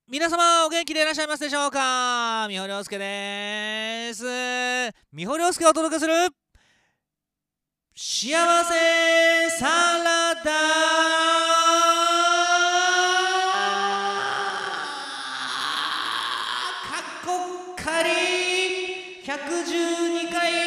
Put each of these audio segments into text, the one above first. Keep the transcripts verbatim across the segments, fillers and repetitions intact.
皆様お元気でいらっしゃいますでしょうか。三保亮介です。三保亮介がお届けする幸せサラダかっこかりひゃくじゅうにかい。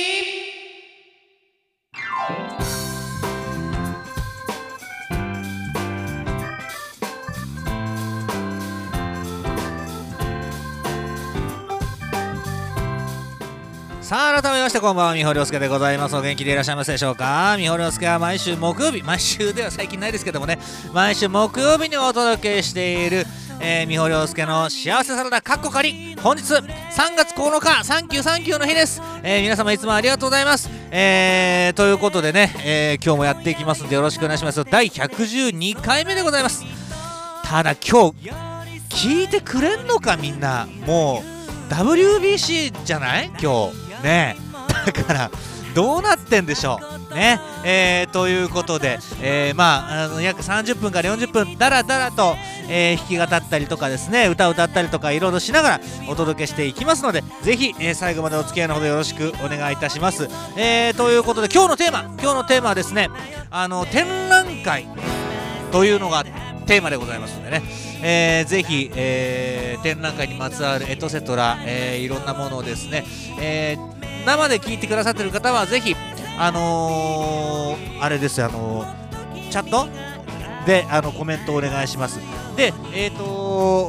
さあ改めましてこんばんは、三保亮介でございます。お元気でいらっしゃいますでしょうか。三保亮介は毎週木曜日、毎週では最近ないですけどもね、毎週木曜日にお届けしている、えー、三保亮介の幸せサラダかっこかり。本日さんがつここのか、サンキューサンキューの日です。えー、皆様いつもありがとうございます。えー、ということでね、えー、今日もやっていきますんでよろしくお願いします。だいひゃくじゅうにかいめでございます。ただ今日聞いてくれんのかみんな。もう ダブリュービーシー じゃない今日ね。だからどうなってんでしょうね。えー、ということで、えー、まあ、あの約さんじゅっぷんからよんじゅっぷんだらだらと、えー、弾き語ったりとかですね、歌を歌ったりとかいろいろしながらお届けしていきますので、ぜひ、えー、最後までお付き合いのほどよろしくお願いいたします。えー、ということで今日のテーマ今日のテーマはですね、あの展覧会というのがテーマでございますのでね、えー、ぜひ、えー、展覧会にまつわるエトセトラ、えー、いろんなものをですね、えー生で聞いてくださってる方はぜひあのー、あれですよ、あのー、チャットであのコメントお願いします。でえっ、ー、と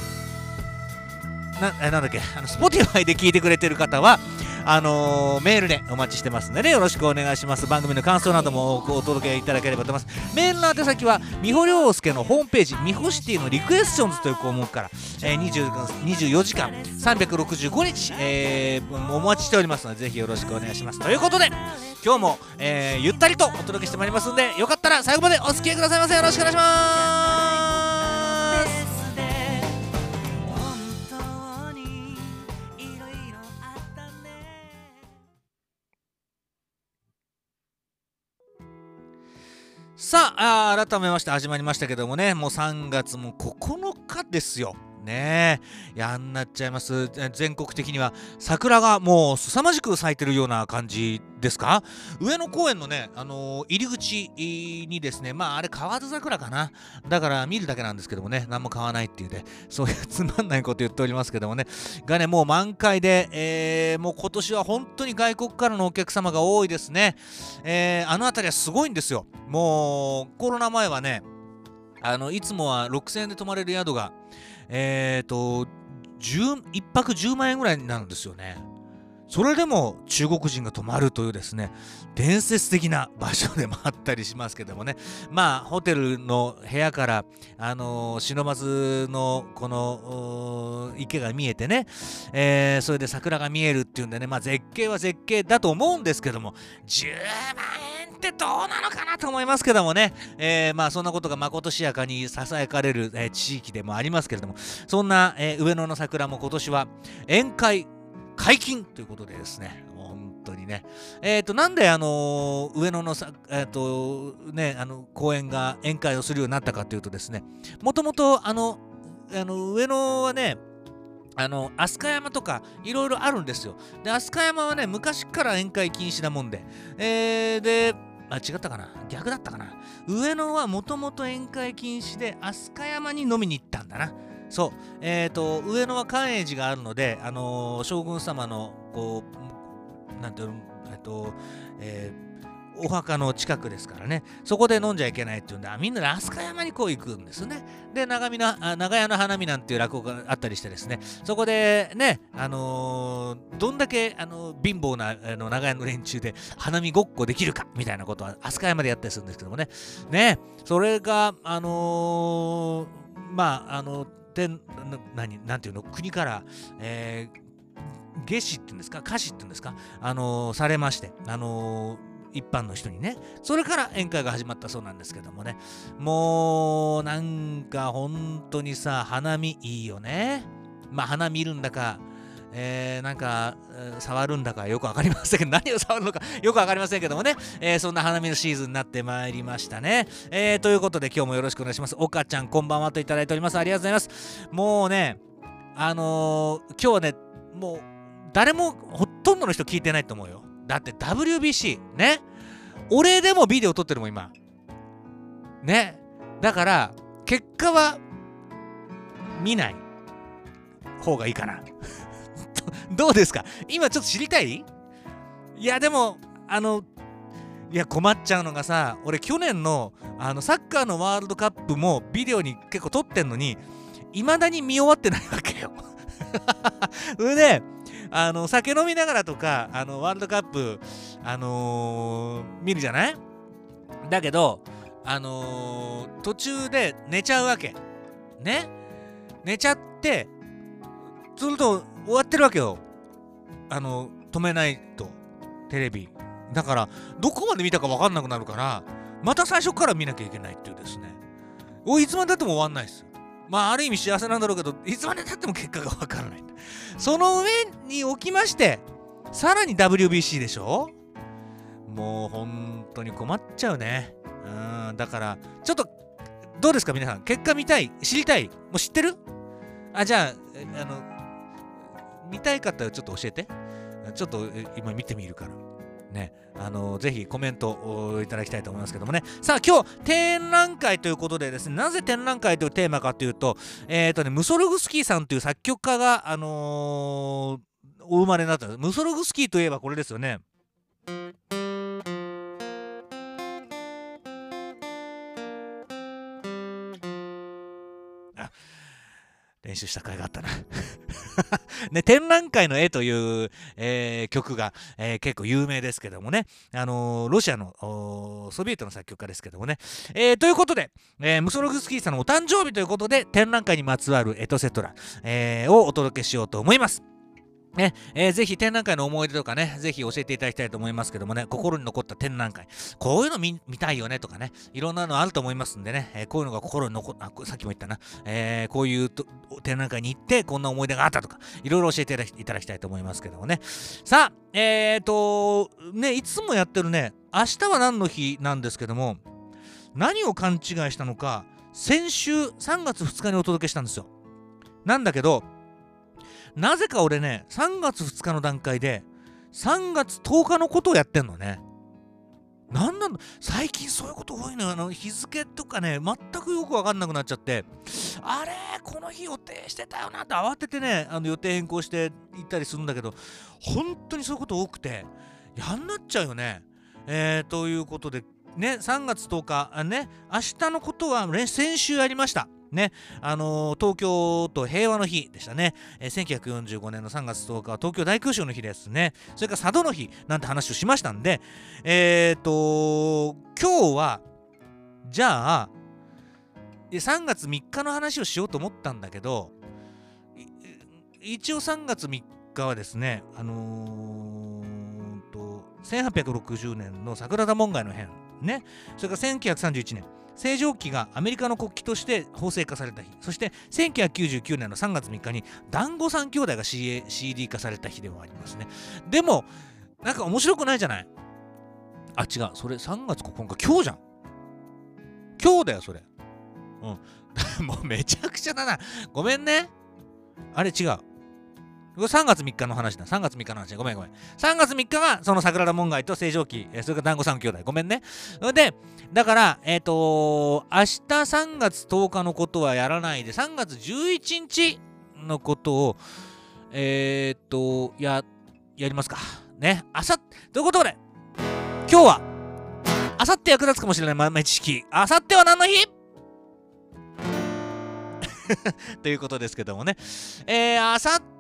な, なんだっけあの Spotify で聞いてくれてる方はあのー、メールでお待ちしてますので、ね、よろしくお願いします。番組の感想などもお届けいただければと思います。メールの宛先は三保亮介のホームページ三保シティのリクエスチョンズという項目から、えー、にじゅうよじかんさんびゃくろくじゅうごにち、えー、お待ちしておりますのでぜひよろしくお願いします。ということで今日も、えー、ゆったりとお届けしてまいりますので、よかったら最後までお付き合いくださいませ。よろしくお願いします。さあ、あ改めまして始まりましたけどもね、もうさんがつもここのかですよね。えやんなっちゃいます。全国的には桜がもう凄まじく咲いてるような感じですか。上野公園のね、あのー、入り口にですね、まああれ河津桜かな、だから見るだけなんですけどもね、何も買わないっていうね、そういうつまんないこと言っておりますけどもね、がねもう満開で、えー、もう今年は本当に外国からのお客様が多いですね。えー、あの辺りはすごいんですよ。もうコロナ前はね、あのいつもはろくせんえんで泊まれる宿がえーといっぱくじゅうまんえんぐらいになるんですよね。それでも中国人が泊まるというですね、伝説的な場所でもあったりしますけどもね、まあホテルの部屋からあのー、不忍のこの池が見えてね、えー、それで桜が見えるっていうんでね、まあ絶景は絶景だと思うんですけども、じゅうまんえんってどうなのかなと思いますけどもね、えー、まあそんなことがまことしやかにささやかれる、えー、地域でもありますけれども、そんな、えー、上野の桜も今年は宴会解禁ということでですね、本当にね、えっ、ー、となんであのー、上野のさえっ、ー、とねあの公園が宴会をするようになったかというとですね、もともとあのあの上野はね、あの飛鳥山とかいろいろあるんですよ。で飛鳥山はね昔から宴会禁止なもんで、えー、であ違ったかな逆だったかな、上野はもともと宴会禁止で飛鳥山に飲みに行ったんだな。そう、えーと、上野は寛永寺があるので、あのー、将軍様のこうなんていうの、えっと、えー、お墓の近くですからね、そこで飲んじゃいけないっていうんで、みんなで飛鳥山にこう行くんですね。で、長見のあ長屋の花見なんていう落語があったりしてですね、そこでね、あのー、どんだけ、あのー、貧乏なあの長屋の連中で花見ごっこできるかみたいなことは飛鳥山でやったりするんですけどもね、ね、それが、あのー、まあ、あので何なんていうの、国から、えー、下賜っていうんですか、下賜っていうんですか、あのー、されまして、あのー、一般の人にね、それから宴会が始まったそうなんですけどもね、もうなんか本当にさ、花見いいよね。まあ花見るんだか、 えー、なんか、触るんだかよくわかりませんけど、何を触るのかよくわかりませんけどもね、えー、そんな花見のシーズンになってまいりましたね。えー、ということで今日もよろしくお願いします。岡ちゃん、こんばんはといただいております。ありがとうございます。もうね、あのー、今日はね、もう、誰もほとんどの人聞いてないと思うよ。だって ダブリュービーシー ね。俺でもビデオ撮ってるもん今。ね。だから結果は見ない方がいいかな。どうですか？今ちょっと知りたい？いやでもあのいや困っちゃうのがさ、俺去年のあのサッカーのワールドカップもビデオに結構撮ってんのに未だに見終わってないわけよ。それであの酒飲みながらとかあのワールドカップ、あのー、見るじゃない？だけど、あのー、途中で寝ちゃうわけね。寝ちゃってすると終わってるわけよ。あの止めないとテレビだからどこまで見たか分かんなくなるからまた最初から見なきゃいけないっていうですね。おいつまでたっても終わんないです。まあある意味幸せなんだろうけどいつまでたっても結果が分からない。その上におきましてさらに ダブリュービーシー でしょ。もう本当に困っちゃうね。うんだからちょっとどうですか皆さん、結果見たい、知りたい、もう知ってる？あじゃああの見たい方はちょっと教えて。ちょっと今見てみるからね、あのぜひコメントをいただきたいと思いますけどもね。さあ今日展覧会ということでですね、なぜ展覧会というテーマかというと、えっ、ー、とねムソログスキーさんという作曲家があのー、お生まれになったんです。ムソログスキーといえばこれですよね。あ練習した甲斐があったな。ね、展覧会の絵という、えー、曲が、えー、結構有名ですけどもね、あのー、ロシアのソビエトの作曲家ですけどもね、えー、ということで、えー、ムソログスキーさんのお誕生日ということで展覧会にまつわるエトセトラ、えー、をお届けしようと思います。ねえー、ぜひ展覧会の思い出とかね、ぜひ教えていただきたいと思いますけどもね、心に残った展覧会、こういうの 見, 見たいよねとかね、いろんなのあると思いますんでね、えー、こういうのが心に残っ、あ、さっきも言ったな、えー、こういうと展覧会に行ってこんな思い出があったとか、いろいろ教えていただきたいと思いますけどもね。さあ、えーと、ね、いつもやってるね、明日は何の日なんですけども、何を勘違いしたのか、先週さんがつふつかにお届けしたんですよ。なんだけど、なぜか俺ね、さんがつふつかの段階でさんがつとおかのことをやってんのね。なんなんだ、最近そういうこと多いのよ。あの日付とかね、全くよく分かんなくなっちゃって、あれこの日予定してたよなって慌ててね、あの予定変更して行ったりするんだけど、本当にそういうこと多くてやんなっちゃうよね。えー、ということでね、さんがつとおか、あね、明日のことは先週やりました。ね、あのー、東京都平和の日でしたね、えー、せんきゅうひゃくよんじゅうごねんのさんがつとおかは東京大空襲の日ですね。それから佐渡の日なんて話をしましたんで、えっ、ー、と今日はじゃあさんがつみっかの話をしようと思ったんだけど、一応さんがつみっかはですね、あのー、とせんはっぴゃくろくじゅうねんの桜田門外の変ね、それからせんきゅうひゃくさんじゅういちねん星条旗がアメリカの国旗として法制化された日、そしてせんきゅうひゃくきゅうじゅうきゅうねんのさんがつみっかに団子三兄弟が シーエー、シーディー 化された日でもありますね。でもなんか面白くないじゃない。あ、違う、それさんがつここのか、今日じゃん。今日だよそれ。うん。もうめちゃくちゃだな。ごめんね。あれ違う。これさんがつみっかの話だ。さんがつみっかの話。ごめんごめん。さんがつみっかがその桜田門外と星条旗、それから団子三兄弟。ごめんね。で、だから、えっ、ー、とー、明日さんがつとおかのことはやらないで、さんがつじゅういちにちのことを、えっ、ー、と、や、やりますか。ね。あさって、ということで、今日は、あさって役立つかもしれない豆知識。あさっては何の日ということですけどもね。えー、あさって、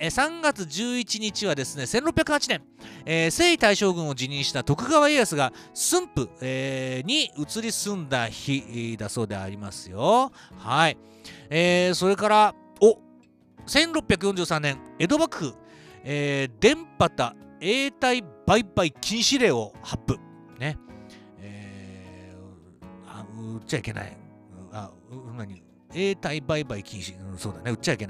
さんがつじゅういちにちはですね、せんろっぴゃくはちねん、えー、征夷大将軍を辞任した徳川家康が駿府、えー、に移り住んだ日だそうでありますよ。はい。えー、それから、おせんろっぴゃくよんじゅうさんねん、江戸幕府、えー、電波た永代売買禁止令を発布。ね。えー、あ売っちゃいけない。あ、う何永代売買禁止、うん、そうだね、売っちゃいけない。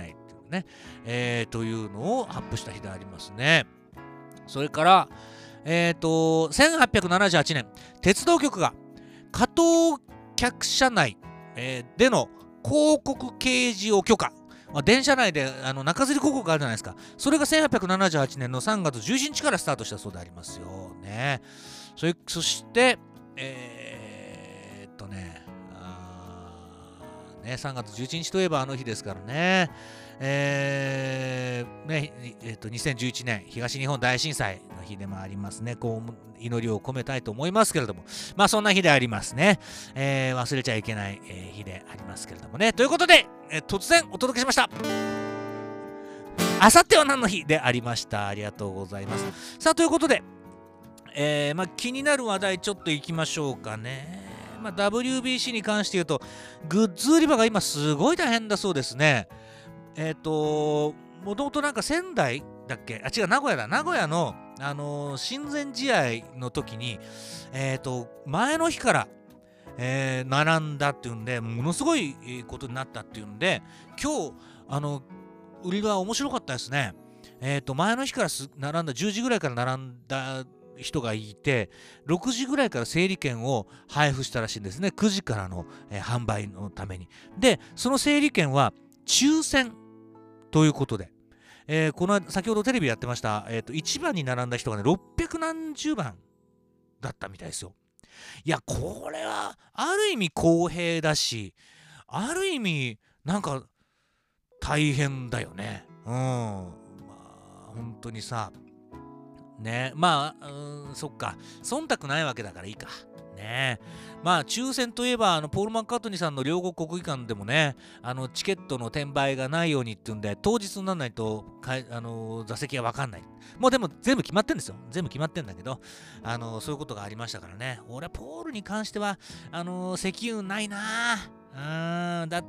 ね、えー、というのをアップした日でありますね。それから、えっと、せんはっぴゃくななじゅうはちねん、鉄道局が加藤客車内、えーでの広告掲示を許可。まあ、電車内であの中吊り広告があるじゃないですか。それがせんはっぴゃくななじゅうはちねんのさんがつじゅういちにちからスタートしたそうでありますよ。ね。それそして、えー、っとね、あーね、さんがつじゅういちにちといえばあの日ですからね。えーねえー、とにせんじゅういちねん東日本大震災の日でもありますね。こう祈りを込めたいと思いますけれども、まあそんな日でありますね。えー忘れちゃいけない、えー日でありますけれどもね。ということで、えー突然お届けしました。あさっては何の日でありました。ありがとうございます。さあということで、えーまあ、気になる話題ちょっといきましょうかね。まあ、ダブリュービーシー に関して言うと、グッズ売り場が今すごい大変だそうですね。えっ、と、もともとなんか仙台だっけあ、違う、名古屋だ。名古屋の、あのー親善試合の時に、えっ、と、前の日から、えー並んだっていうんで、ものすごいえーことになったっていうんで、今日、あの、売り場面白かったですね。えっ、と、前の日からす並んだ、じゅうじぐらいから並んだ人がいて、ろくじぐらいから整理券を配布したらしいんですね。くじからの、えー販売のために。で、その整理券は抽選ということで、えーこの先ほどテレビやってました、えーと、いちばんに並んだ人がね、ろっぴゃくなんじゅうばんだったみたいですよ。いや、これはある意味公平だし、ある意味なんか大変だよね。うん。まあ、本当にさ、ね、まあ、うーん、そっか、忖度ないわけだからいいか。ねまあ、抽選といえば、あのポール・マッカートニーさんの両国国技館でもね、あのチケットの転売がないようにっていうんで、当日にならないとかいあの座席が分かんない。もうでも全部決まってんですよ。全部決まってんだけど、あのそういうことがありましたからね。俺はポールに関しては、あの席運ないなうーんだって、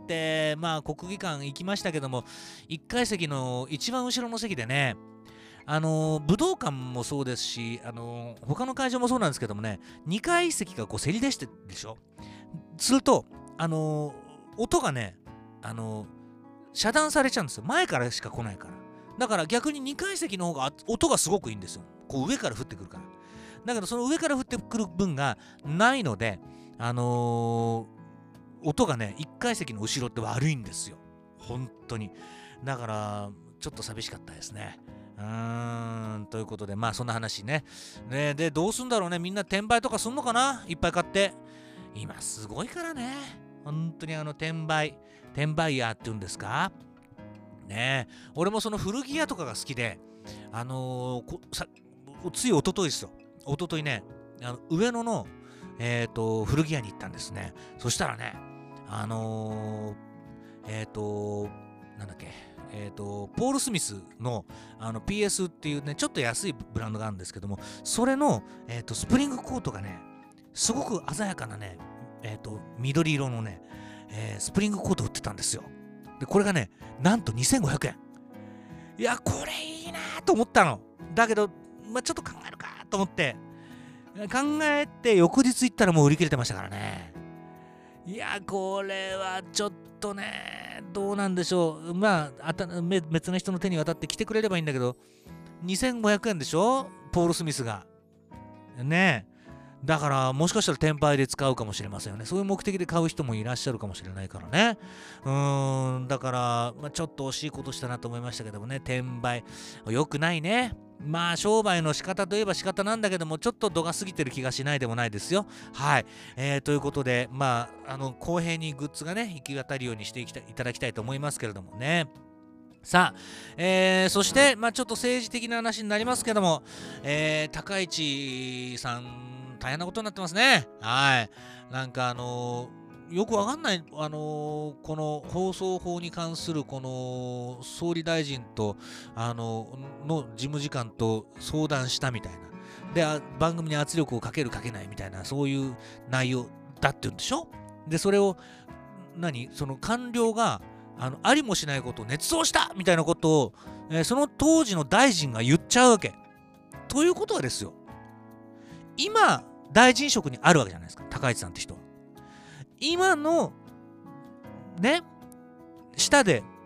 まあ、国技館行きましたけども、いっかい席の一番後ろの席でね、あの武道館もそうですし、あの他の会場もそうなんですけどもね、にかい席がこうせり出してるでしょ。すると、あの音がね、あの遮断されちゃうんですよ。前からしか来ないから。だから逆ににかい席の方が音がすごくいいんですよ。こう上から降ってくるから。だけどその上から降ってくる分がないので、あのー音がね、いっかい席の後ろって悪いんですよ。本当に。だから、ちょっと寂しかったですね。うーん、ということで、まあそんな話ね。ねで、どうすんだろうね。みんな転売とかすんのかないっぱい買って。今すごいからね。本当にあの転売、転売ヤーって言うんですかねえ。俺もその古着屋とかが好きで、あのーこさつい一昨日ですよ。一昨日ね、あの上野の、えー、と古着屋に行ったんですね。そしたらね、あのーえっ、と、なんだっけ、えっ、と、ポール・スミスのあの ピーエス っていうね、ちょっと安いブランドがあるんですけども、それの、えー、とスプリングコートがね、すごく鮮やかなね、えっ、と、緑色のね、えースプリングコート売ってたんですよ。で、これがね、なんとにせんごひゃくえん。いや、これいいなと思ったの。だけど、まあ、ちょっと考えるかと思って、考えて翌日行ったらもう売り切れてましたからね。いや、これはちょっとね、どうなんでしょう。まあ、あため別の人の手に渡って来てくれればいいんだけど、にせんごひゃくえんでしょポール・スミスが。ねえ。だから、もしかしたら転売で使うかもしれませんよね。そういう目的で買う人もいらっしゃるかもしれないからね。うーん、だから、まあ、ちょっと惜しいことしたなと思いましたけどもね、転売。良くないね。まあ、商売の仕方といえば仕方なんだけども、ちょっと度が過ぎてる気がしないでもないですよ。はい。えー、ということで、まあ、あの、公平にグッズがね、行き渡るようにしていきたいただきたいと思いますけれどもね。さあ、えーそして、まあ、ちょっと政治的な話になりますけども、えー高市さん、大変なことになってますね。はい。なんか、あのーよくわかんない、あのーこの放送法に関するこの総理大臣と、あのの事務次官と相談したみたいな。で、あ番組に圧力をかけるかけないみたいな、そういう内容だって言うんでしょ。で、それを、何その官僚が、あのありもしないことを捏造したみたいなことを、えーその当時の大臣が言っちゃうわけ。ということはですよ、今、大臣職にあるわけじゃないですか、高市さんって人は。今の、ね、下で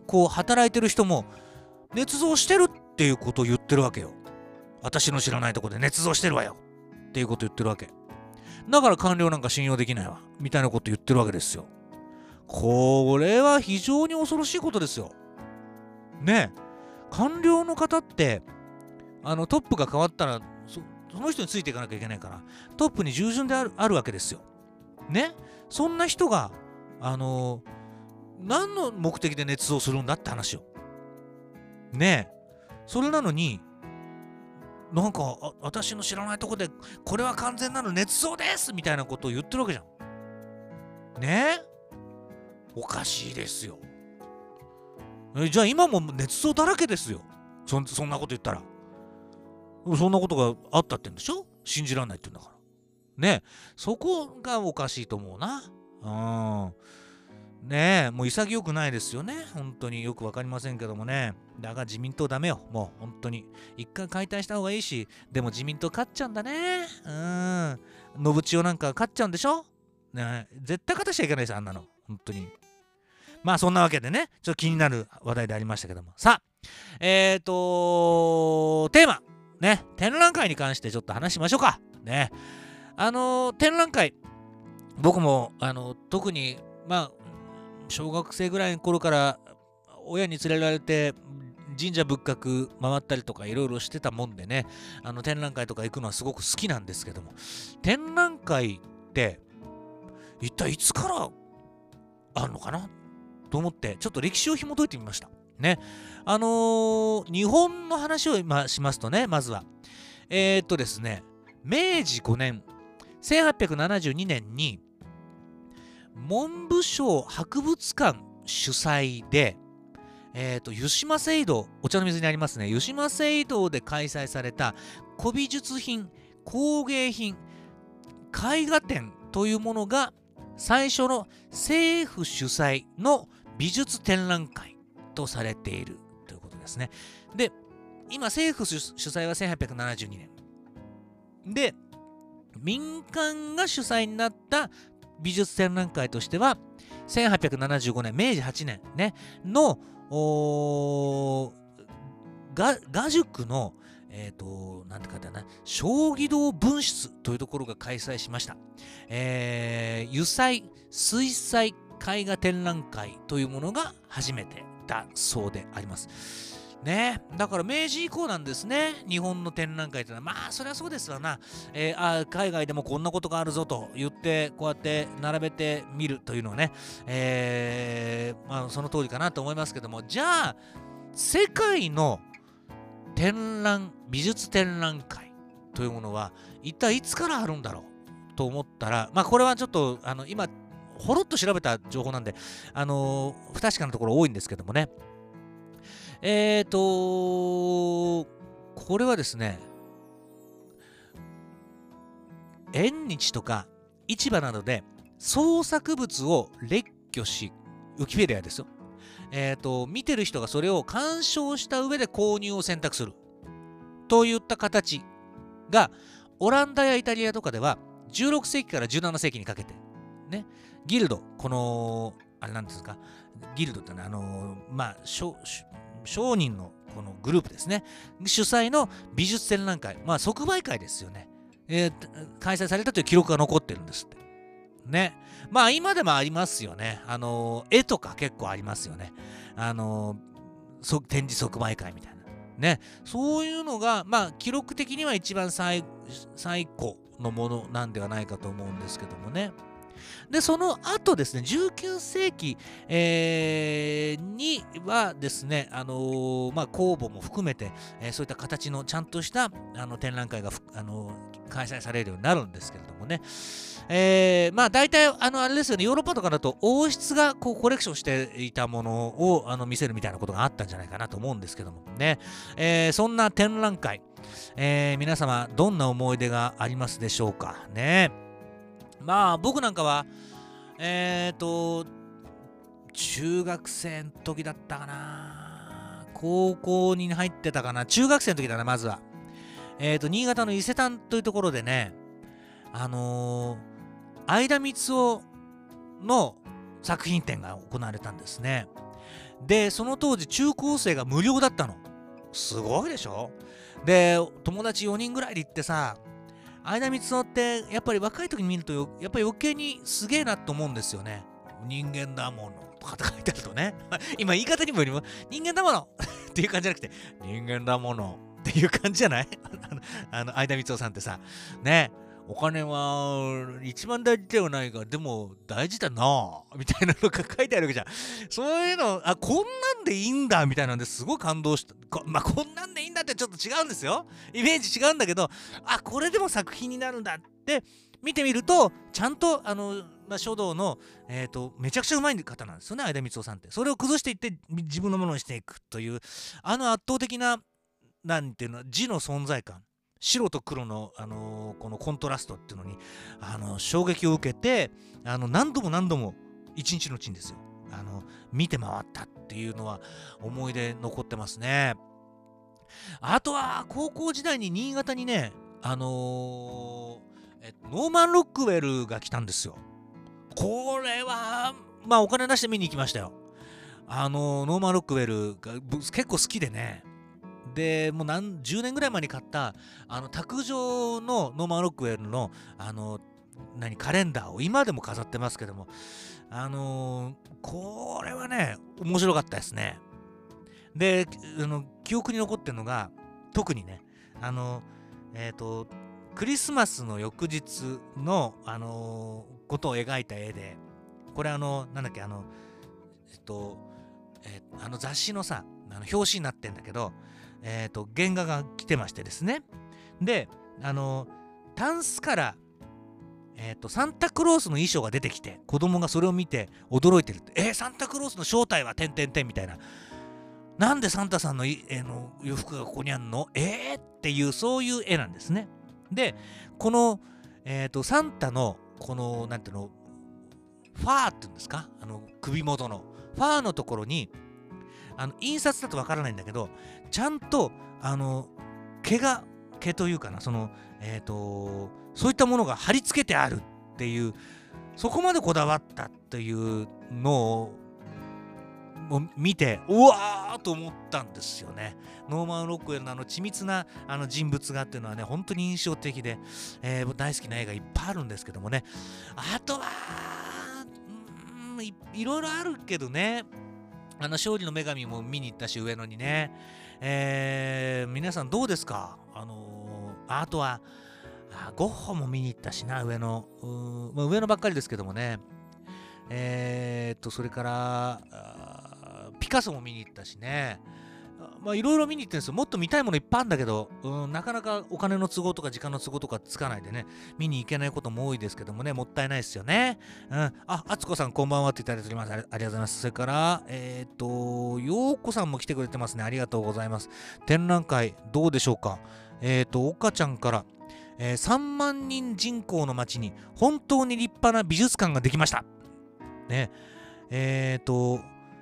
こう働いてる人も捏造してるっていうことを言ってるわけよ。私の知らないとこで捏造してるわよっていうことを言ってるわけ。だから官僚なんか信用できないわみたいなこと言ってるわけですよ。これは非常に恐ろしいことですよ。ねえ、官僚の方ってあのトップが変わったら そ, その人についていかなきゃいけないから、トップに従順であるあるわけですよ。ね、そんな人があの何の目的で捏造するんだって話よ。ねえ、それなのになんかあ私の知らないとこでこれは完全なる捏造ですみたいなことを言ってるわけじゃん。ねえ、おかしいですよ。えじゃあ今も捏造だらけですよ。そ, そんなこと言ったら。そんなことがあったって言うんでしょ。信じられないって言うんだから。ねえ、そこがおかしいと思うな。うん。ねえ、もう潔くないですよね。本当によくわかりませんけどもね。だから自民党ダメよ。もう本当に。一回解体した方がいいし、でも自民党勝っちゃうんだね。うん。信千代なんか勝っちゃうんでしょ。ねえ、絶対勝たしちゃいけないです、あんなの。本当に。まあそんなわけでね、ちょっと気になる話題でありましたけども。さあ、えっ、ー、とテーマ。ね、展覧会に関してちょっと話しましょうか。ね。あのー、展覧会、僕も、あの、特に、まあ、小学生ぐらいの頃から親に連れられて神社仏閣回ったりとかいろいろしてたもんでね、あの展覧会とか行くのはすごく好きなんですけども、展覧会って一体いつからあるのかなと思ってちょっと歴史を紐解いてみましたね。あのー、日本の話を今しますとね、まずはえー、っとですね明治ごねんせんはっぴゃくななじゅうにねんに文部省博物館主催で、えー、と湯島聖堂、お茶の水にありますね、湯島聖堂で開催された古美術品、工芸品、絵画展というものが最初の政府主催の美術展覧会とされているということですね。で、今政府主催はせんはっぴゃくななじゅうにねんで、民間が主催になった美術展覧会としてはせんはっぴゃくななじゅうごねん、明治はちねん、ね、の画画塾のえっ、ー、と、なんて書いてあるな、将棋堂分室というところが開催しました。えー、油彩、水彩絵画展覧会というものが初めてだそうであります。ね、だから明治以降なんですね、日本の展覧会というのは。まあそれはそうですわな、えー、あ海外でもこんなことがあるぞと言ってこうやって並べてみるというのはね、えーまあ、その通りかなと思いますけども、じゃあ世界の展覧美術展覧会というものは一体いつからあるんだろうと思ったら、まあこれはちょっとあの今ほろっと調べた情報なんで、あのー、不確かなところ多いんですけどもね、えーとこれはですね、縁日とか市場などで創作物を列挙し、ウィキペディアですよ、えーと見てる人がそれを鑑賞した上で購入を選択するといった形がオランダやイタリアとかではじゅうろくせいきからじゅうななせいきにかけてね、ギルド、このあれなんですか、ギルドってのはあのまあ商人のこのグループですね、主催の美術展覧会、まあ即売会ですよね、えー、開催されたという記録が残ってるんですってね。まあ今でもありますよね、あの絵とか結構ありますよね、あの展示即売会みたいなね、そういうのがまあ記録的には一番 最, 最古のものなんではないかと思うんですけどもね。でその後ですね、じゅうきゅうせいき、えー、にはですね、あのーまあ、公募も含めて、えー、そういった形のちゃんとしたあの展覧会が、あのー、開催されるようになるんですけれどもね、えー、まあ大体あのあれですよね、ヨーロッパとかだと王室がこうコレクションしていたものをあの見せるみたいなことがあったんじゃないかなと思うんですけどもね、えー、そんな展覧会、えー、皆様どんな思い出がありますでしょうかね。まあ僕なんかはえっと中学生の時だったかな、高校に入ってたかな、中学生の時だな、まずはえっと新潟の伊勢丹というところでね、あのー、相田みつをの作品展が行われたんですね。 で、その当時中高生が無料だったの。すごいでしょ。で、友達よにんぐらいで行ってさ、相田みつをってやっぱり若い時に見るとやっぱり余計にすげえなと思うんですよね。人間だものとかって書いてあるとね。今言い方にもよりも人間だものっていう感じじゃなくて人間だものっていう感じじゃない？あの相田みつをさんってさ、ね。お金は一番大事ではないが、でも大事だなぁみたいなのが書いてあるわけじゃん。そういうの、あ、こんなんでいいんだみたいなんですごい感動した。こまあ、こんなんでいいんだってちょっと違うんですよ。イメージ違うんだけど、あ、これでも作品になるんだって見てみると、ちゃんと、あの、まあ、書道の、えーと、めちゃくちゃうまい方なんですよね、相田みつをさんって。それを崩していって自分のものにしていくという、あの圧倒的な、なんていうの、字の存在感。白と黒の、あのー、このコントラストっていうのに、あのー、衝撃を受けて、あの何度も何度も一日のうちにですよ、あの見て回ったっていうのは思い出残ってますね。あとは高校時代に新潟にね、あのー、えノーマン・ロックウェルが来たんですよ。これはまあお金出して見に行きましたよ。あのー、ノーマン・ロックウェルが結構好きでね。でもう何じゅうねんぐらい前に買ったあの卓上のノーマン・ロックウェルのあの何カレンダーを今でも飾ってますけども、あのー、これはね面白かったですね。で、あの記憶に残ってるのが特にね、あのえっ、ー、とクリスマスの翌日のあのー、ことを描いた絵で、これあのなんだっけあのえっと、えー、あの雑誌のさあの表紙になってんだけど、えっと原画が来てましてですね。で、あのタンスからえっとサンタクロースの衣装が出てきて、子供がそれを見て驚いてるって。えー、サンタクロースの正体はてんてんてんみたいな。なんでサンタさんの、えー、の洋服がここにあんの？えーっていうそういう絵なんですね。で、このえっとサンタのこのなんていうのファーっていうんですか、あの首元のファーのところにあの印刷だとわからないんだけど、ちゃんとあの毛が毛というかな、そのえっ、ー、とそういったものが貼り付けてあるっていう、そこまでこだわったっていうのをもう見てうわーと思ったんですよね。ノーマン・ロックウェルのあの緻密なあの人物画っていうのはね本当に印象的で、えー、大好きな映画いっぱいあるんですけどもね。あとはうーん い, いろいろあるけどね、あの勝利の女神も見に行ったし上野にね、えー、皆さんどうですか？あのー、あとはあゴッホも見に行ったしな上野、うー、まあ、上野ばっかりですけどもね、えー、っとそれからピカソも見に行ったしね、まあいろいろ見に行ってるんですよ。もっと見たいものいっぱいあるんだけど、うん、なかなかお金の都合とか時間の都合とかつかないでね、見に行けないことも多いですけどもね、もったいないですよね。うん、あ、あつこさんこんばんはっていただいております。ありがとうございます。それから、えっ、ー、と、ようこさんも来てくれてますね。ありがとうございます。展覧会どうでしょうか？えっ、ー、と、岡ちゃんから、えー、さんまんにん人口の町に本当に立派な美術館ができました。ね、えっ、ー、と、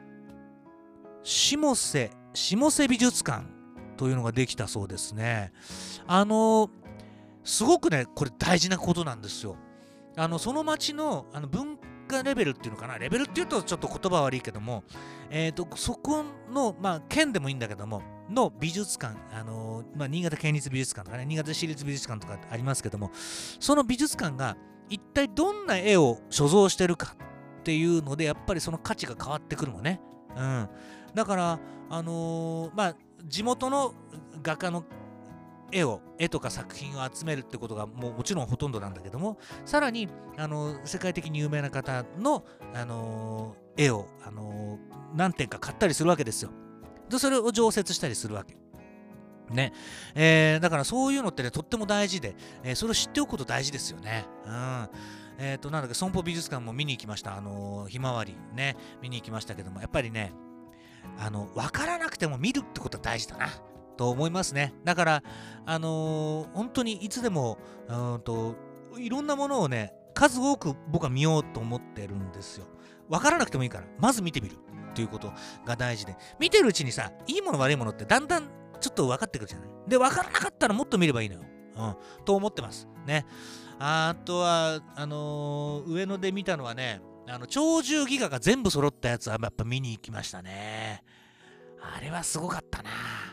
下瀬下瀬美術館というのができたそうですね。あのすごくねこれ大事なことなんですよ。あのその町のあの文化レベルっていうのかな、レベルっていうとちょっと言葉悪いけども、えーとそこのまあ県でもいいんだけどもの美術館、あのまあ、新潟県立美術館とかね、新潟市立美術館とかありますけども、その美術館が一体どんな絵を所蔵してるかっていうのでやっぱりその価値が変わってくるのね。うん、だからあのー、まあ地元の画家の絵を絵とか作品を集めるってことがもうもちろんほとんどなんだけども、さらに、あのー、世界的に有名な方の、あのー、絵を、あのー、何点か買ったりするわけですよ。でそれを常設したりするわけ。ねえー、だからそういうのってねとっても大事で、えー、それを知っておくこと大事ですよね。うんえっ、ー、となんだっけ、損保美術館も見に行きました。あのー、ひまわりね見に行きましたけども、やっぱりねあの分からなくても見るってことは大事だなと思いますね。だからあのー、本当にいつでもうんといろんなものをね数多く僕は見ようと思ってるんですよ。分からなくてもいいからまず見てみるっていうことが大事で、見てるうちにさいいもの悪いものってだんだんちょっと分かってくるじゃない。で分からなかったらもっと見ればいいのよ、うん、と思ってますね。あとはあのー、上野で見たのはね、 あの超獣ギガが全部揃ったやつはやっぱ見に行きましたね。あれはすごかったな。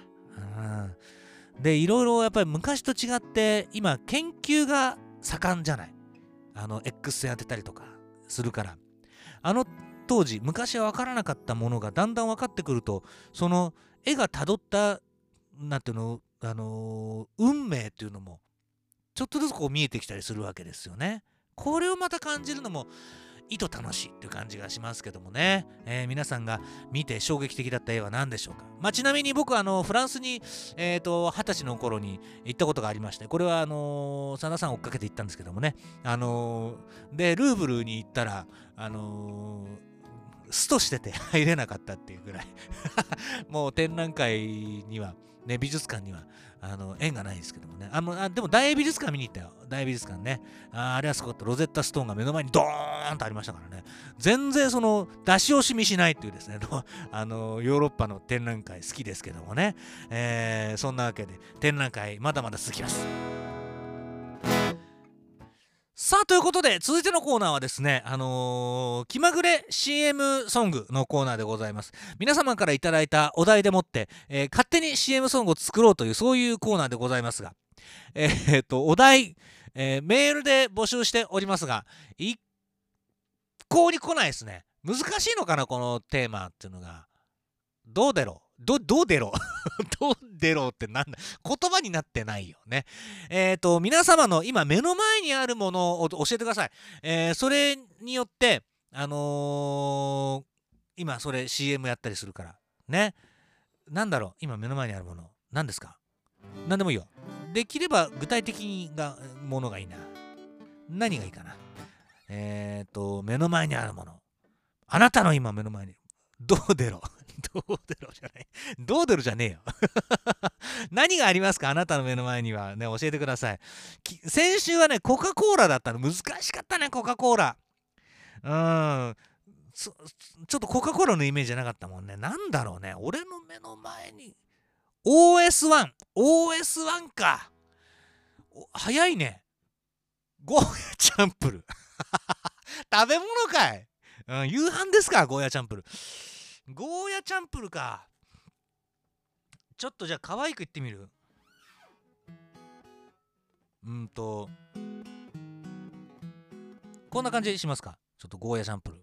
うん、でいろいろやっぱり昔と違って今研究が盛んじゃない。あの X 線当てたりとかするから、あの当時昔は分からなかったものがだんだん分かってくると、その絵がたどったなんていうの、あのー運命っていうのもちょっとずつこう見えてきたりするわけですよね。これをまた感じるのも意図楽しいっていう感じがしますけどもね、えー皆さんが見て衝撃的だった絵は何でしょうか。まあ、ちなみに僕はあのフランスに、えー、とはたちの頃に行ったことがありまして、これはあのー、真田さん追っかけて行ったんですけどもね、あのーでルーブルに行ったら、あのーストしてて入れなかったっていうぐらいもう展覧会には、ね、美術館にはあの縁がないですけどもね。あのあでも大英美術館見に行ったよ。大英美術館ね。ああれはすごかった。ロゼッタストーンが目の前にドーンとありましたからね。全然その出し惜しみしないっていうですね、あのヨーロッパの展覧会好きですけどもね。えーそんなわけで展覧会まだまだ続きます。さあということで続いてのコーナーはですね、あのー気まぐれ シーエム ソングのコーナーでございます。皆様からいただいたお題でもって、えー勝手に シーエム ソングを作ろうというそういうコーナーでございますが、えーっとお題、えーメールで募集しておりますが、一向に来ないですね。難しいのかなこのテーマっていうのが。どうだろうどどうでろうどうでろうってなんだ、言葉になってないよね。えっ、と皆様の今目の前にあるものを教えてください。えーそれによってあのー今それ シーエム やったりするからね。なんだろう今目の前にあるもの何ですか。何でもいいよ。できれば具体的なものがいいな。何がいいかな。えっ、と目の前にあるもの、あなたの今目の前にどうでろどうでろじゃない。どうでろじゃねえよ。何がありますかあなたの目の前にはね、教えてください。先週はね、コカ・コーラだったの。難しかったね、コカ・コーラ。うん。ちょっとコカ・コーラのイメージじゃなかったもんね。なんだろうね。俺の目の前に。オーエスワン。オーエスワン か。早いね。ゴーヤチャンプル。食べ物かい、うん、夕飯ですかゴーヤチャンプル。ゴーヤチャンプルか。ちょっとじゃあ可愛く言ってみる。うんとこんな感じにしますか。ちょっとゴーヤチャンプル。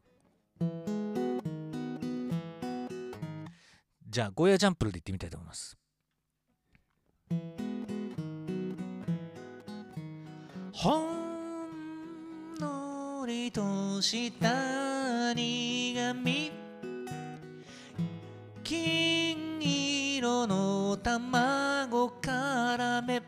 じゃあゴーヤチャンプルで言ってみたいと思います。ほんのりとした苦み、金色の卵からめ、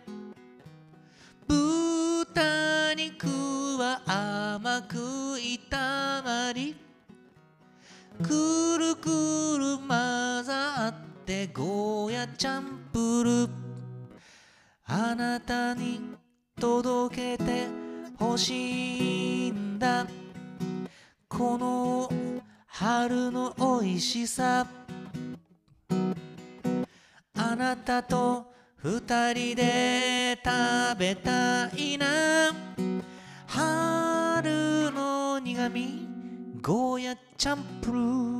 豚肉は甘く炒まり、くるくる混ざってゴーヤチャンプル、あなたに届けてほしいんだ、この春のおいしさ、あなたと二人で食べたいな、春の苦みゴーヤチャンプ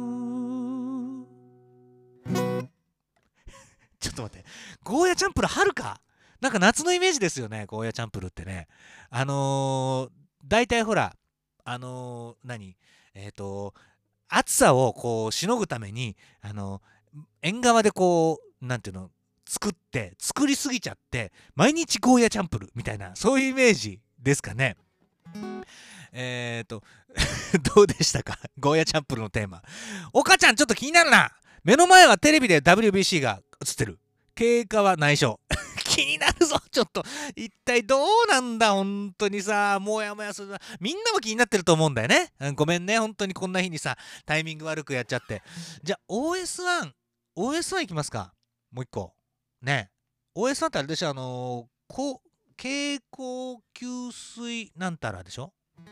ル。ちょっと待って、ゴーヤチャンプル春か。なんか夏のイメージですよね、ゴーヤチャンプルってね。あのー、大体ほらあのー、何えっ、ー、と暑さをこうしのぐために、あのー、縁側でこうなんていうの作って作りすぎちゃって毎日ゴーヤチャンプルみたいな、そういうイメージですかね。えっ、ー、とどうでしたかゴーヤチャンプルのテーマ。岡ちゃんちょっと気になるな。目の前はテレビで ダブリュービーシー が映ってる。経過は内緒。気になるぞちょっと。一体どうなんだ本当にさ、もやもやするな。みんなも気になってると思うんだよね、うん、ごめんね本当にこんな日にさタイミング悪くやっちゃって。じゃあ オーエスワン オーエスワン いきますか。もう一個ね。 オーエスワン ってあれでしょ、あのー、こ蛍光吸水なんたらでしょ。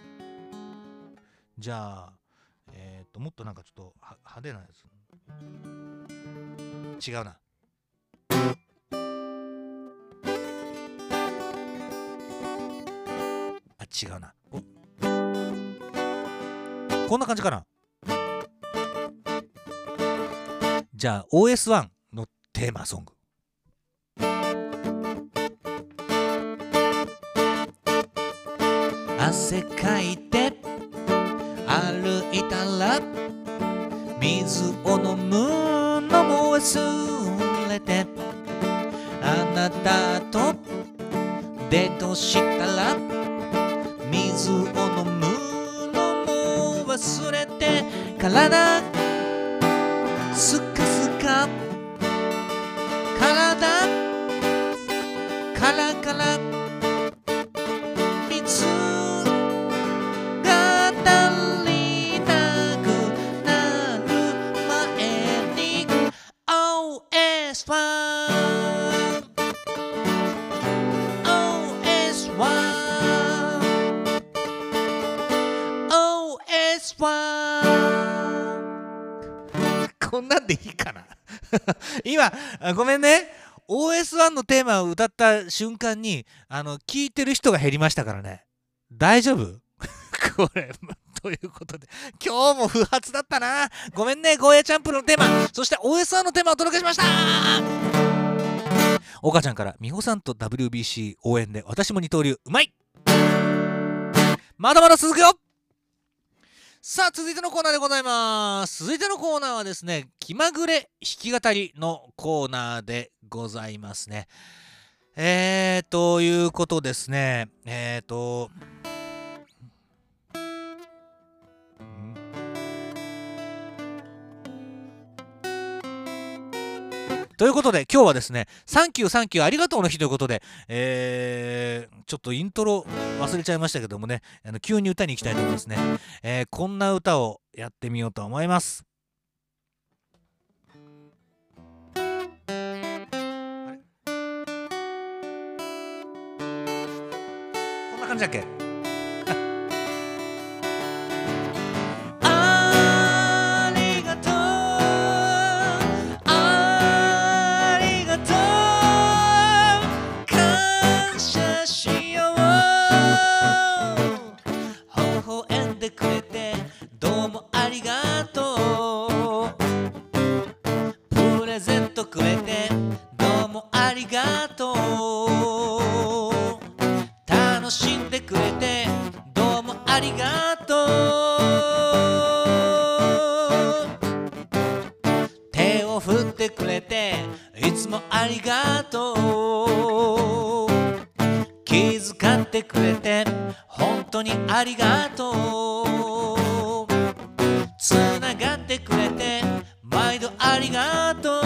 じゃあえっ、ー、ともっとなんかちょっと派手なやつ。違うな。あ違うな。 こんな感じかな。じゃあ オーエスワン のテーマソング。汗かいて歩いたら水を飲むのも忘れて、あなたとデートしたら水を飲むのも忘れて、体スカスカ、体カラカラ、水が足りなくなる前に オーエスワン オーエスワン オーエスワン こんなんでいいかな今ごめんね、 オーエスワン のテーマを歌った瞬間にあの聞いてる人が減りましたからね。大丈夫これということで今日も不発だったな。ごめんね。ゴーヤチャンプルのテーマ、そして オーエスワン のテーマをお届けしました。岡ちゃんから美穂さんと ダブリュービーシー 応援で私も二刀流うまい。まだまだ続くよ。さあ続いてのコーナーでございます。続いてのコーナーはですね、気まぐれ弾き語りのコーナーでございますね。えーということですね、えーとということで今日はですね、サンキューサンキューありがとうの日ということで、えー、ちょっとイントロ忘れちゃいましたけどもね、あの急に歌に行きたいと思いますね。えー、こんな歌をやってみようと思います。こんな感じだっけくれてどうもありがとう。楽しんでくれてどうもありがとう。手を振ってくれていつもありがとう。気遣ってくれて本当にありがとう。つながってくれて毎度ありがとう。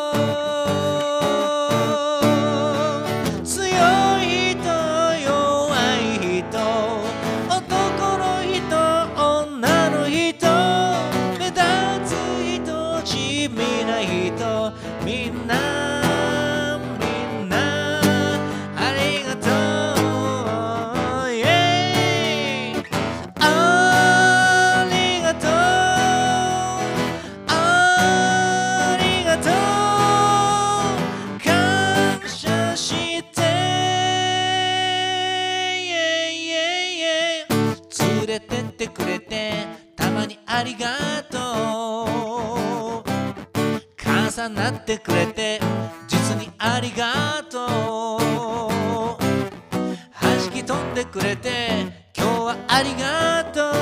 強い人弱い人男の人女の人目立つ人地味な人みんなみんなありがとう、yeah、ありがとうありがとう感謝して連れてってくれてたまにありがとう。重なってくれて実にありがとう。弾き飛んでくれて今日はありが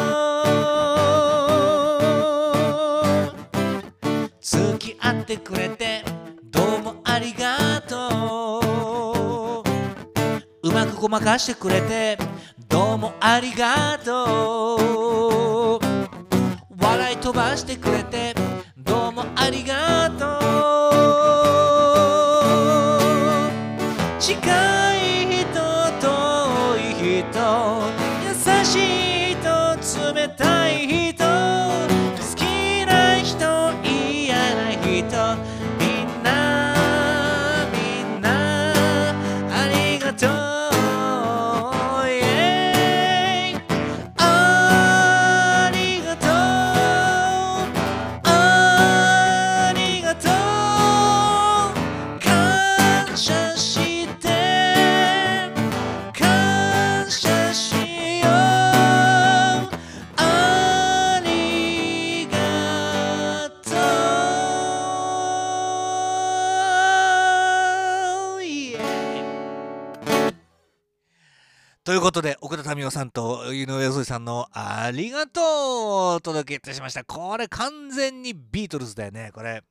とう。付き合ってくれてどうもありがとう。うまくごまかしてくれてどうもありがとう。笑い飛ばしてくれてどうもありがとう。近い人遠い人優しい人冷たい人好きな人嫌な人みんなみんなありがとう。ありということで、奥田民生さんと井上陽水さんのありがとうをお届けいたしました。これ完全にビートルズだよね、これ。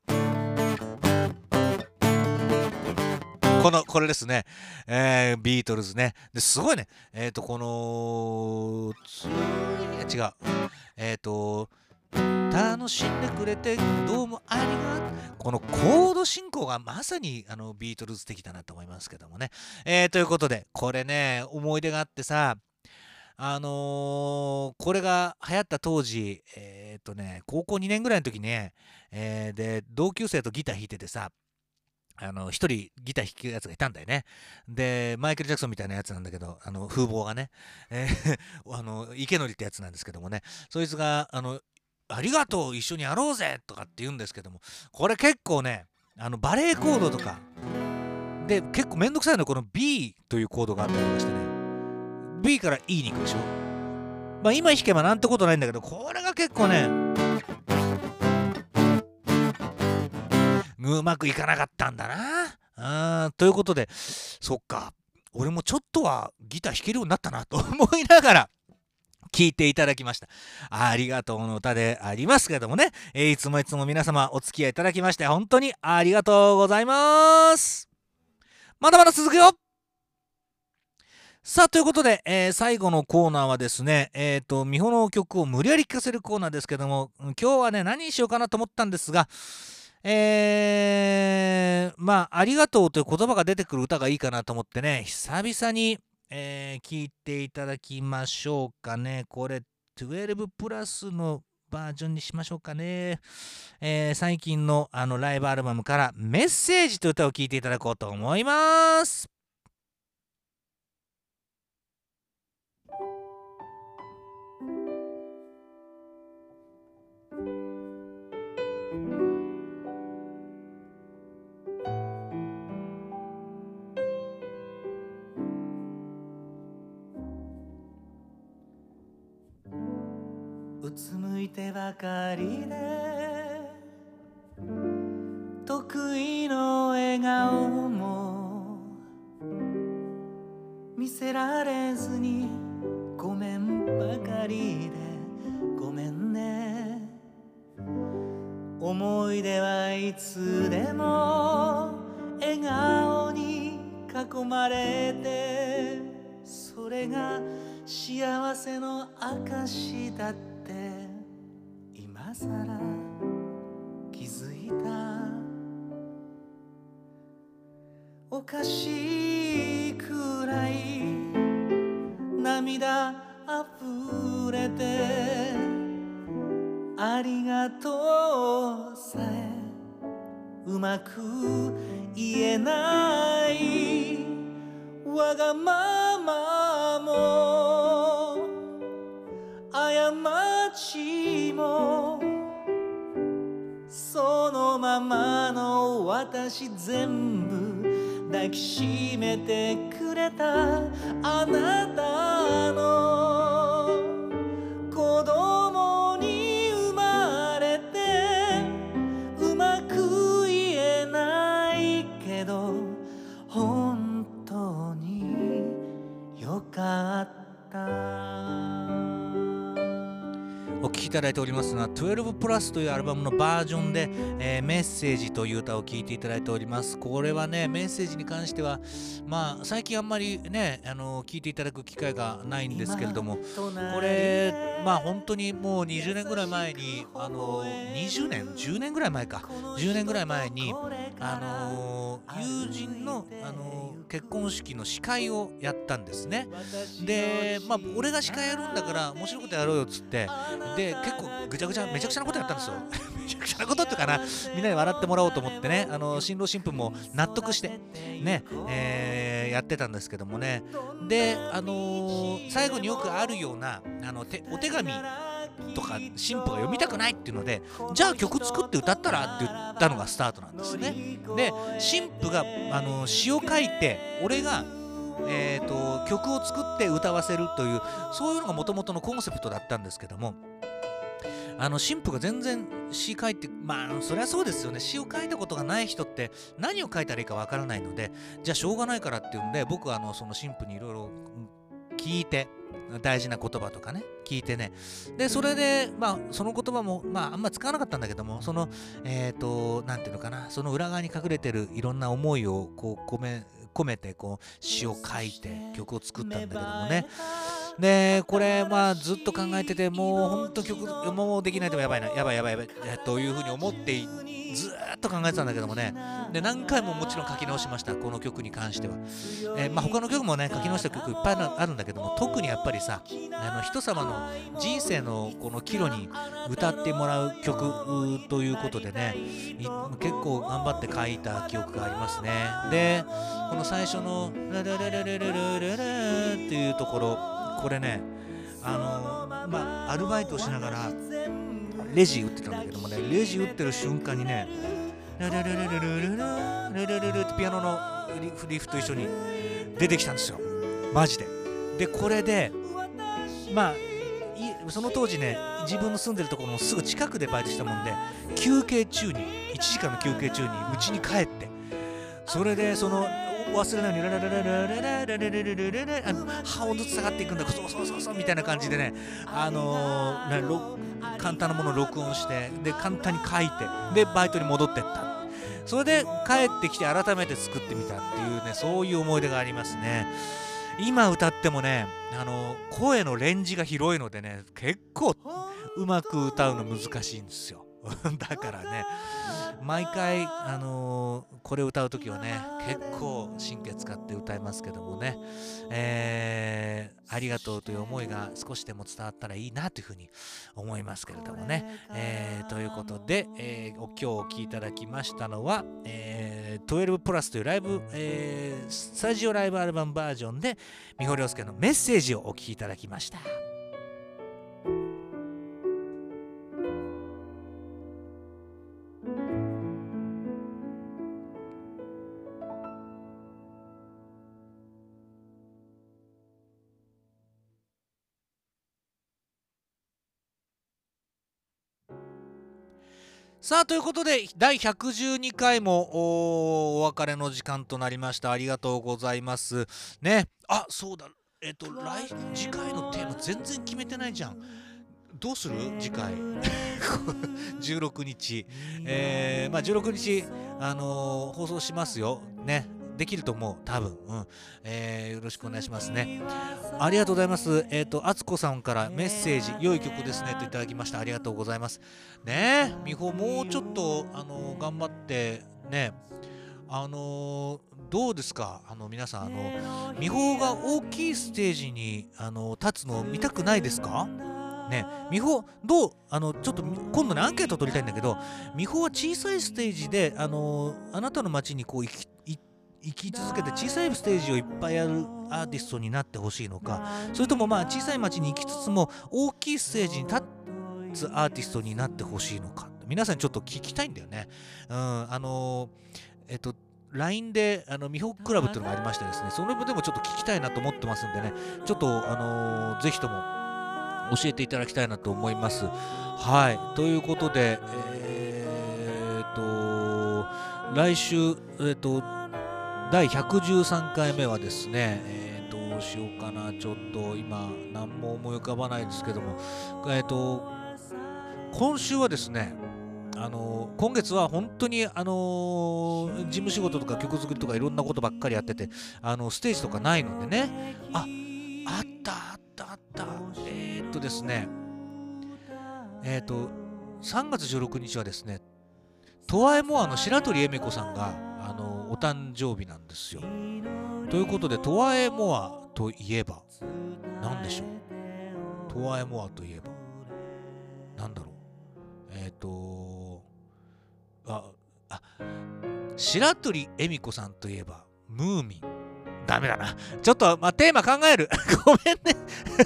この、これですね。えー、ビートルズね。ですごいね。えっ、ー、と、この、つい、違う。えっ、ー、と、楽しんでくれてどうもありがとう。このコード進行がまさにあのビートルズ的だなと思いますけどもね。えー、ということで、これね、思い出があってさ、あのーこれが流行った当時、えっ、とね、高校にねんぐらいの時ね、えーで、同級生とギター弾いててさ、あの、一人ギター弾くやつがいたんだよね。で、マイケル・ジャクソンみたいなやつなんだけど、あの、風貌がね、えーあの、池典ってやつなんですけどもね、そいつが、あの、ありがとう、一緒にやろうぜとかって言うんですけども、これ結構ね、あの、バレーコードとか、で、結構めんどくさいのこの B というコードがあったりとかしてね、B から E に行くでしょ。まあ今弾けばなんてことないんだけど、これが結構ね、うまくいかなかったんだな。あーということで、そっか、俺もちょっとはギター弾けるようになったなと思いながら、聞いていただきました。ありがとうの歌でありますけどもね、えーいつもいつも皆様お付き合いいただきまして本当にありがとうございます。まだまだ続くよ。さあ、ということで、えー最後のコーナーはですね、えっ、と、美穂の曲を無理やり聴かせるコーナーですけども、うん今日はね、何にしようかなと思ったんですが、えー、まあ、ありがとうという言葉が出てくる歌がいいかなと思ってね、久々に、えー聞いていただきましょうかね。これ、じゅうにプラスのバージョンにしましょうかね。えー最近のあのライブアルバムからメッセージという歌を聴いていただこうと思います。うつむいてばかりで得意の笑顔も見せられずにごめんばかりでごめんね。思い出はいつでも笑顔に囲まれて、それが幸せの証だって今さら気づいた。おかしいくらい涙あふれて、ありがとうさえうまく言えない。わがままも過ちもそのままの私、全部抱きしめてくれたあなたの子供に生まれて、うまく言えないけど本当によかった。お聴きいただいておりますのはじゅうにプラスというアルバムのバージョンで、えーメッセージという歌を聴いていただいております。これはね、メッセージに関してはまあ最近あんまりね、あの聞いていただく機会がないんですけれども、これまあ本当にもうにじゅうねんぐらい前に、あのにじゅうねんじゅうねんぐらい前かじゅうねんぐらい前に、あの友人の、あの結婚式の司会をやったんですね。でまあ俺が司会やるんだから面白いことやろうよっつって、で結構ぐちゃぐちゃめちゃくちゃなことやったんですよめちゃくちゃなことっていうかな、みんなで笑ってもらおうと思ってね、あの新郎新婦も納得してね、えーやってたんですけどもね。であのー最後によくあるようなあのてお手紙とか新婦が読みたくないっていうので、じゃあ曲作って歌ったらって言ったのがスタートなんですね。で新婦があの詩を書いて、俺がえー、と曲を作って歌わせるという、そういうのがもともとのコンセプトだったんですけども、あの新婦が全然詩書いて、まあそりゃそうですよね、詩を書いたことがない人って何を書いたらいいかわからないので、じゃあしょうがないからっていうんで、僕はあのその新婦にいろいろ聞聞いて、大事な言葉とかね聞いてね、でそれでまあその言葉もまああんま使わなかったんだけども、そのえっ、となんていうのかな、その裏側に隠れてるいろんな思いをこう込め込めてこう詩を書いて曲を作ったんだけどもね。でこれまあずっと考えてて、もうほんと曲もうできないとやばいな、やばいやばいやばいというふうに思ってずーっと考えてたんだけどもね。で何回ももちろん書き直しました、この曲に関しては。えー、まあ他の曲もね書き直した曲いっぱいあるんだけども、特にやっぱりさ、あの人様の人生のこの岐路に歌ってもらう曲ということでね、結構頑張って書いた記憶がありますね。でこの最初のラララララララララっていうところ、これね、あのまあアルバイトをしながらレジ打ってたんだけどもね、レジ打ってる瞬間にね、ララララララララララララってピアノのリフと一緒に出てきたんですよ、マジで。でこれでまあその当時ね、自分の住んでるところのすぐ近くでバイトしたもんで、休憩中にいちじかんの休憩中に家に帰って、それでその忘れないようにラララララララララララララ半音ずつ下がっていくんだ、そうそうそうそうみたいな感じでね、あのー、簡単なものを録音して、で簡単に書いて、でバイトに戻ってった。それで帰ってきて改めて作ってみたっていうね、そういう思い出がありますね。今歌ってもね、あの声のレンジが広いのでね、結構うまく歌うの難しいんですよだからね、毎回、あのー、これ歌うときはね、結構神経使って歌いますけどもね、えー、ありがとうという思いが少しでも伝わったらいいなというふうに思いますけれどもね、えー、ということで、えー、今日お聴きいただきましたのは、えー、じゅうにプラスというライブ、えー、スタジオライブアルバムバージョンで美穂良介のメッセージをお聴きいただきました。さあということでだいひゃくじゅうにかいも お, お別れの時間となりました。ありがとうございますね。あ、そうだ、えっと来次回のテーマ全然決めてないじゃん。どうする次回じゅうろくにち、えー、まあじゅうろくにち、あのー、放送しますよね。できると思う、多分、うん、えー、よろしくお願いしますね。ありがとうございます。えっと、あつこさんからメッセージ、良い曲ですねといただきました。ありがとうございます。ねえ、美穂もうちょっと、あのー、頑張ってね、あのー、どうですか、あの皆さん、あの美穂が大きいステージに、あの立つのを見たくないですかね。美穂どう、あのちょっと今度ねアンケート取りたいんだけど、美穂は小さいステージで、あのー、あなたの街にこう行き生き続けて小さいステージをいっぱいやるアーティストになってほしいのか、それともまあ小さい街に行きつつも大きいステージに立つアーティストになってほしいのか、皆さんにちょっと聞きたいんだよね。うん、あのー、えっと ライン であの美穂クラブっていうのがありましてですね、それでもちょっと聞きたいなと思ってますんでね、ちょっとあのー、ぜひとも教えていただきたいなと思います。はい、ということで、えー、っと来週、えー、っとだいひゃくじゅうさんかいめはですね、えー、どうしようかな、ちょっと今何も思い浮かばないですけども、えー、と今週はですね、あのー、今月は本当に、あのー、事務仕事とか曲作りとかいろんなことばっかりやってて、あのステージとかないのでね、あ、あったあったあった、えー、っとですね、えー、とさんがつじゅうろくにちはですね、トワエモアの白鳥恵美子さんがあのお誕生日なんですよ。ということで、トワエモアといえば何でしょう。トワエモアといえばなんだろう。えっ、ー、とああ白鳥恵美子さんといえばムーミン。ダメだな。ちょっと、まあ、テーマ考える。ごめんね。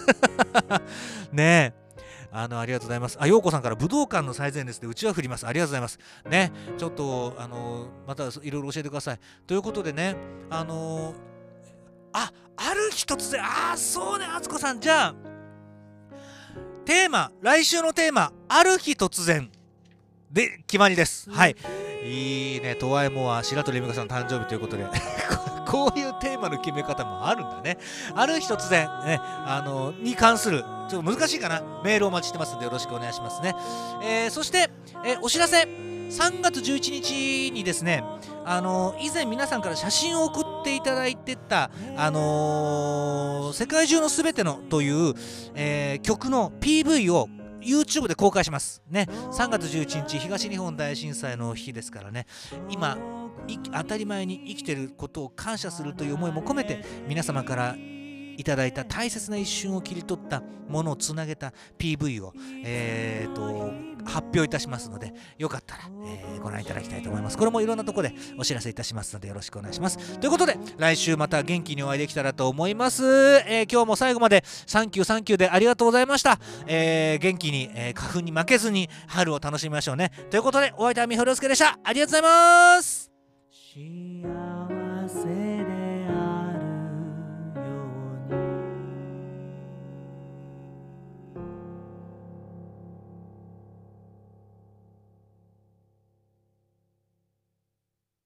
ねえ。あのありがとうございます。あ、ようこさんから武道館の最前列でうちわ振ります。ありがとうございます。ね、ちょっとあのまたいろいろ教えてください。ということでね、あのあ、ある日突然、あ、そうね、あつこさん、じゃあテーマ、来週のテーマ、ある日突然で決まりです。はい、いいね。トワイモア白鳥由美香さんの誕生日ということでこういうテーマの決め方もあるんだね。ある日突然ね、あのに関するちょっと難しいかな、メールをお待ちしてますのでよろしくお願いしますね。えー、そして、えー、お知らせ、さんがつじゅういちにちにですね、あのー、以前皆さんから写真を送っていただいてた、あのー、世界中のすべてのという、えー、曲の ピーブイ をYouTube で公開しますね。さんがつじゅういちにち東日本大震災の日ですからね、今当たり前に生きてることを感謝するという思いも込めて、皆様からいただいた大切な一瞬を切り取ったものをつなげた ピーブイ を、えー、と発表いたしますので、よかったら、えー、ご覧いただきたいと思います。これもいろんなところでお知らせいたしますのでよろしくお願いします。ということで来週また元気にお会いできたらと思います。えー、今日も最後までサンキューサンキューでありがとうございました。えー、元気に、えー、花粉に負けずに春を楽しみましょうね。ということでお相手はみほりょうすけでした。ありがとうございます。